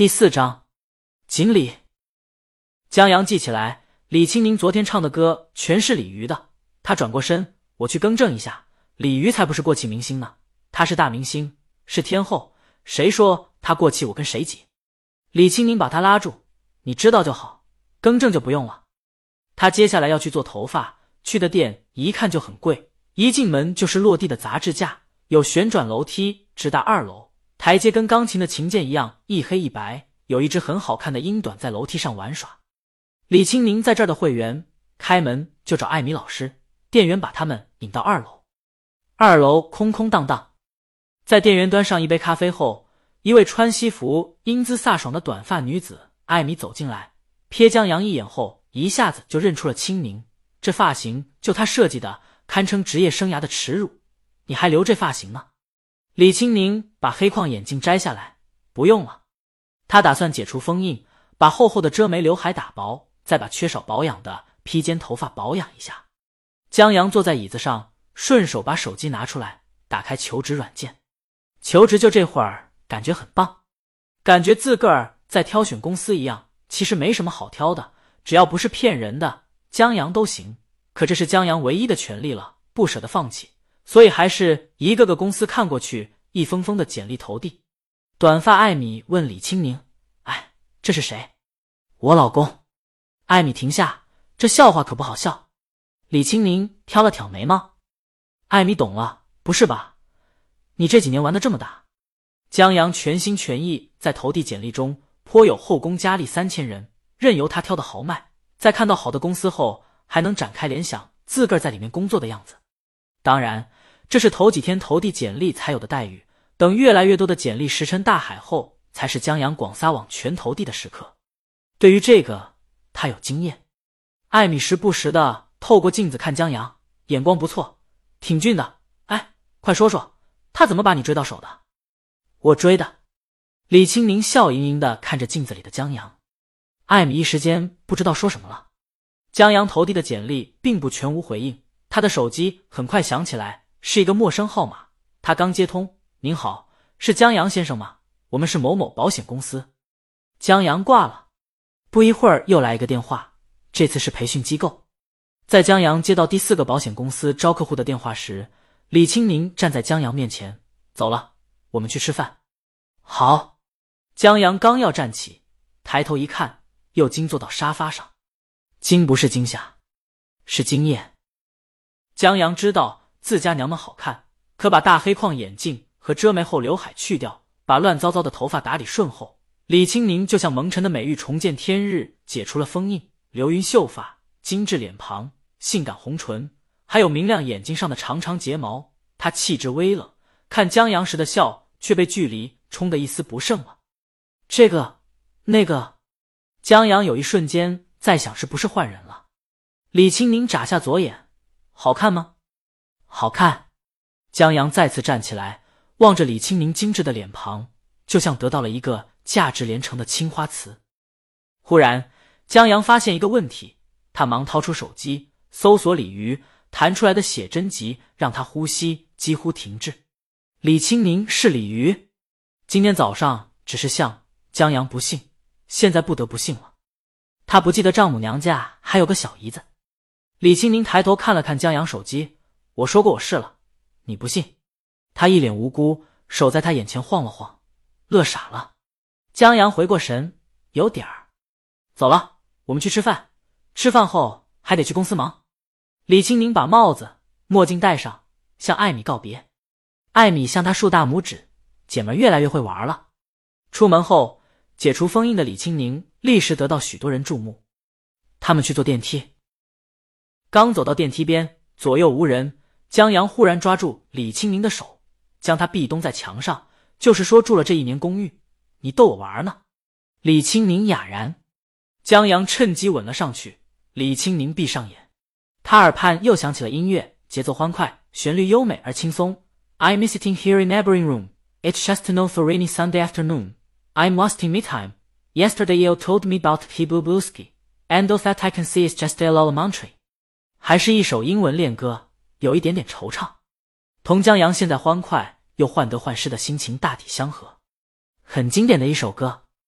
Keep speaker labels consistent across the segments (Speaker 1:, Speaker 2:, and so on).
Speaker 1: 第4章锦鲤。江阳记起来，李青宁昨天唱的歌全是鲤鱼的。他转过身，我去更正一下，鲤鱼才不是过气明星呢，他是大明星，是天后，谁说他过气我跟谁急。李青宁把他拉住，你知道就好，更正就不用了。他接下来要去做头发，去的店一看就很贵，一进门就是落地的杂志架，有旋转楼梯直达2楼，台阶跟钢琴的琴键一样一黑一白，有一只很好看的英短在楼梯上玩耍。李青宁在这儿的会员，开门就找艾米老师，店员把他们引到2楼。2楼空空荡荡，在店员端上一杯咖啡后，一位穿西服英姿飒爽的短发女子艾米走进来，瞥江阳一眼后一下子就认出了青宁，这发型就她设计的，堪称职业生涯的耻辱，你还留这发型呢？李青宁把黑框眼镜摘下来，不用了，他打算解除封印，把厚厚的遮眉刘海打薄，再把缺少保养的披肩头发保养一下。江阳坐在椅子上，顺手把手机拿出来，打开求职软件。求职就这会儿感觉很棒，感觉自个儿在挑选公司一样，其实没什么好挑的，只要不是骗人的，江阳都行。可这是江阳唯一的权利了，不舍得放弃，所以还是一个个公司看过去，一封封的简历投递。短发艾米问李青宁，哎，这是谁？我老公。艾米停下，这笑话可不好笑。李青宁挑了挑眉毛。艾米懂了，不是吧？你这几年玩得这么大？江阳全心全意在投递简历中，颇有后宫佳丽3000人，任由他挑的豪迈，在看到好的公司后，还能展开联想自个儿在里面工作的样子。当然，这是头几天投递简历才有的待遇，等越来越多的简历石沉大海后，才是江阳广撒网全投递的时刻。对于这个，他有经验。艾米时不时的透过镜子看江阳，眼光不错，挺俊的。哎，快说说，他怎么把你追到手的？我追的。李青宁笑盈盈的看着镜子里的江阳。艾米一时间不知道说什么了。江阳投递的简历并不全无回应，他的手机很快响起来，是一个陌生号码。他刚接通，您好，是江阳先生吗？我们是某某保险公司。江阳挂了。不一会儿又来一个电话，这次是培训机构。在江阳接到第4个保险公司招客户的电话时，李青宁站在江阳面前，走了，我们去吃饭。好。江阳刚要站起，抬头一看，又惊坐到沙发上。惊不是惊吓，是惊艳。江阳知道自家娘们好看，可把大黑框眼镜和遮眉后刘海去掉，把乱糟糟的头发打理顺后，李青宁就像蒙尘的美玉重见天日，解除了封印，流云秀发，精致脸庞，性感红唇，还有明亮眼睛上的长长睫毛，她气质微冷，看江阳时的笑却被距离冲得一丝不剩了。这个那个，江阳有一瞬间在想是不是换人了。李青宁眨下左眼，好看吗？好看。江阳再次站起来，望着李青宁精致的脸庞，就像得到了一个价值连城的青花瓷。忽然江阳发现一个问题，他忙掏出手机搜索鲤鱼，弹出来的写真集让他呼吸几乎停滞。李青宁是鲤鱼？今天早上只是像，江阳不信，现在不得不信了。他不记得丈母娘家还有个小姨子。李青宁抬头看了看江阳手机，我说过我是了，你不信？他一脸无辜，手在他眼前晃了晃，乐傻了。江阳回过神，有点儿。走了，我们去吃饭，吃饭后还得去公司忙。李青宁把帽子墨镜戴上，向艾米告别。艾米向他竖大拇指，姐们越来越会玩了。出门后，解除封印的李青宁立时得到许多人注目。他们去坐电梯，刚走到电梯边，左右无人，江阳忽然抓住李青宁的手，将他壁咚在墙上，就是说住了这1年公寓，你逗我玩呢？李青宁哑然。江阳趁机吻了上去，李青宁闭上眼，他耳畔又响起了音乐，节奏欢快，旋律优美而轻松。I'm sitting here in neighboring room. It's just another rainy Sunday afternoon. I'm wasting me time. Yesterday you told me about Hibubuski, and all that I can see is just a lullaby. 还是一首英文恋歌，有一点点惆怅，同江阳现在欢快又患得患失的心情大体相合，很经典的一首歌。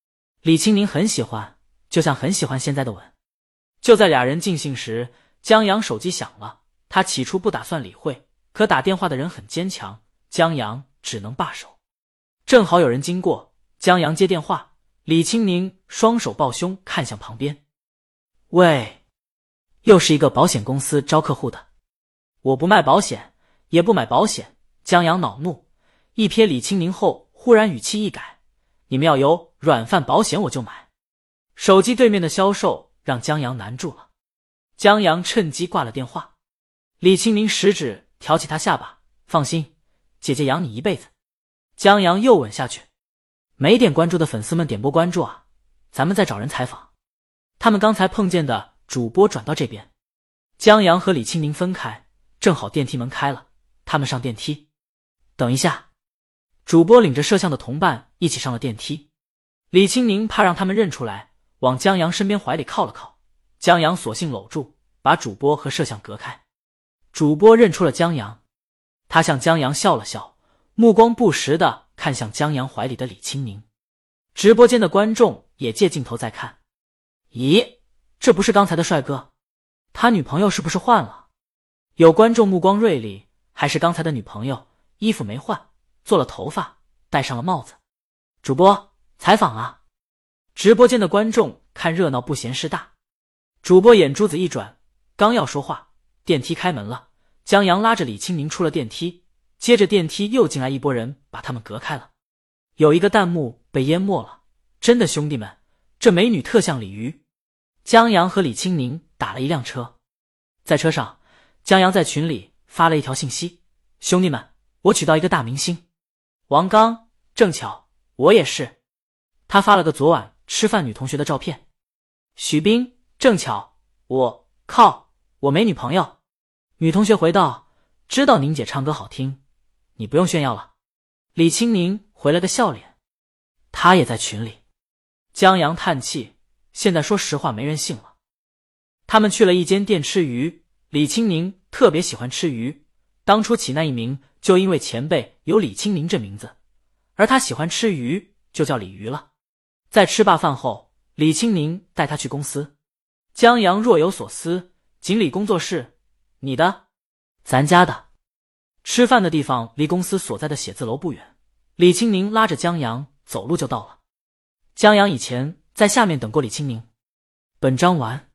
Speaker 1: 李青宁很喜欢，就像很喜欢现在的吻。就在俩人尽兴时，江阳手机响了，他起初不打算理会，可打电话的人很坚强，江阳只能罢手。正好有人经过，江阳接电话，李青宁双手抱胸看向旁边。喂，又是一个保险公司招客户的。我不卖保险，也不买保险。江阳恼怒，一瞥李青宁后忽然语气一改，你们要有软饭保险我就买。手机对面的销售让江阳难住了，江阳趁机挂了电话。李青宁食指挑起他下巴，放心，姐姐养你一辈子。江阳又吻下去。没点关注的粉丝们点波关注啊，咱们在找人采访。他们刚才碰见的主播转到这边。江阳和李青宁分开，正好电梯门开了，他们上电梯。等一下，主播领着摄像的同伴一起上了电梯。李青宁怕让他们认出来，往江阳身边怀里靠了靠，江阳索性搂住，把主播和摄像隔开。主播认出了江阳，他向江阳笑了笑，目光不时地看向江阳怀里的李青宁。直播间的观众也借镜头在看。咦，这不是刚才的帅哥？他女朋友是不是换了？有观众目光锐利，还是刚才的女朋友，衣服没换，做了头发，戴上了帽子。主播，采访啊！直播间的观众看热闹不嫌事大。主播眼珠子一转，刚要说话，电梯开门了，江阳拉着李青宁出了电梯，接着电梯又进来一拨人，把他们隔开了。有一个弹幕被淹没了，真的兄弟们，这美女特像鲤鱼。江阳和李青宁打了一辆车，在车上，江阳在群里发了一条信息，兄弟们，我娶到一个大明星。王刚，正巧，我也是。他发了个昨晚吃饭女同学的照片。许斌，正巧，我没女朋友。女同学回道，知道宁姐唱歌好听，你不用炫耀了。李青宁回了个笑脸，他也在群里。江阳叹气，现在说实话没人信了。他们去了一间店吃鱼，李青宁特别喜欢吃鱼，当初起那一名就因为前辈有李青宁这名字，而他喜欢吃鱼就叫鲤鱼了。在吃罢饭后，李青宁带他去公司。江阳若有所思，经理工作室，你的？咱家的。吃饭的地方离公司所在的写字楼不远，李青宁拉着江阳走路就到了。江阳以前在下面等过李青宁。本章完。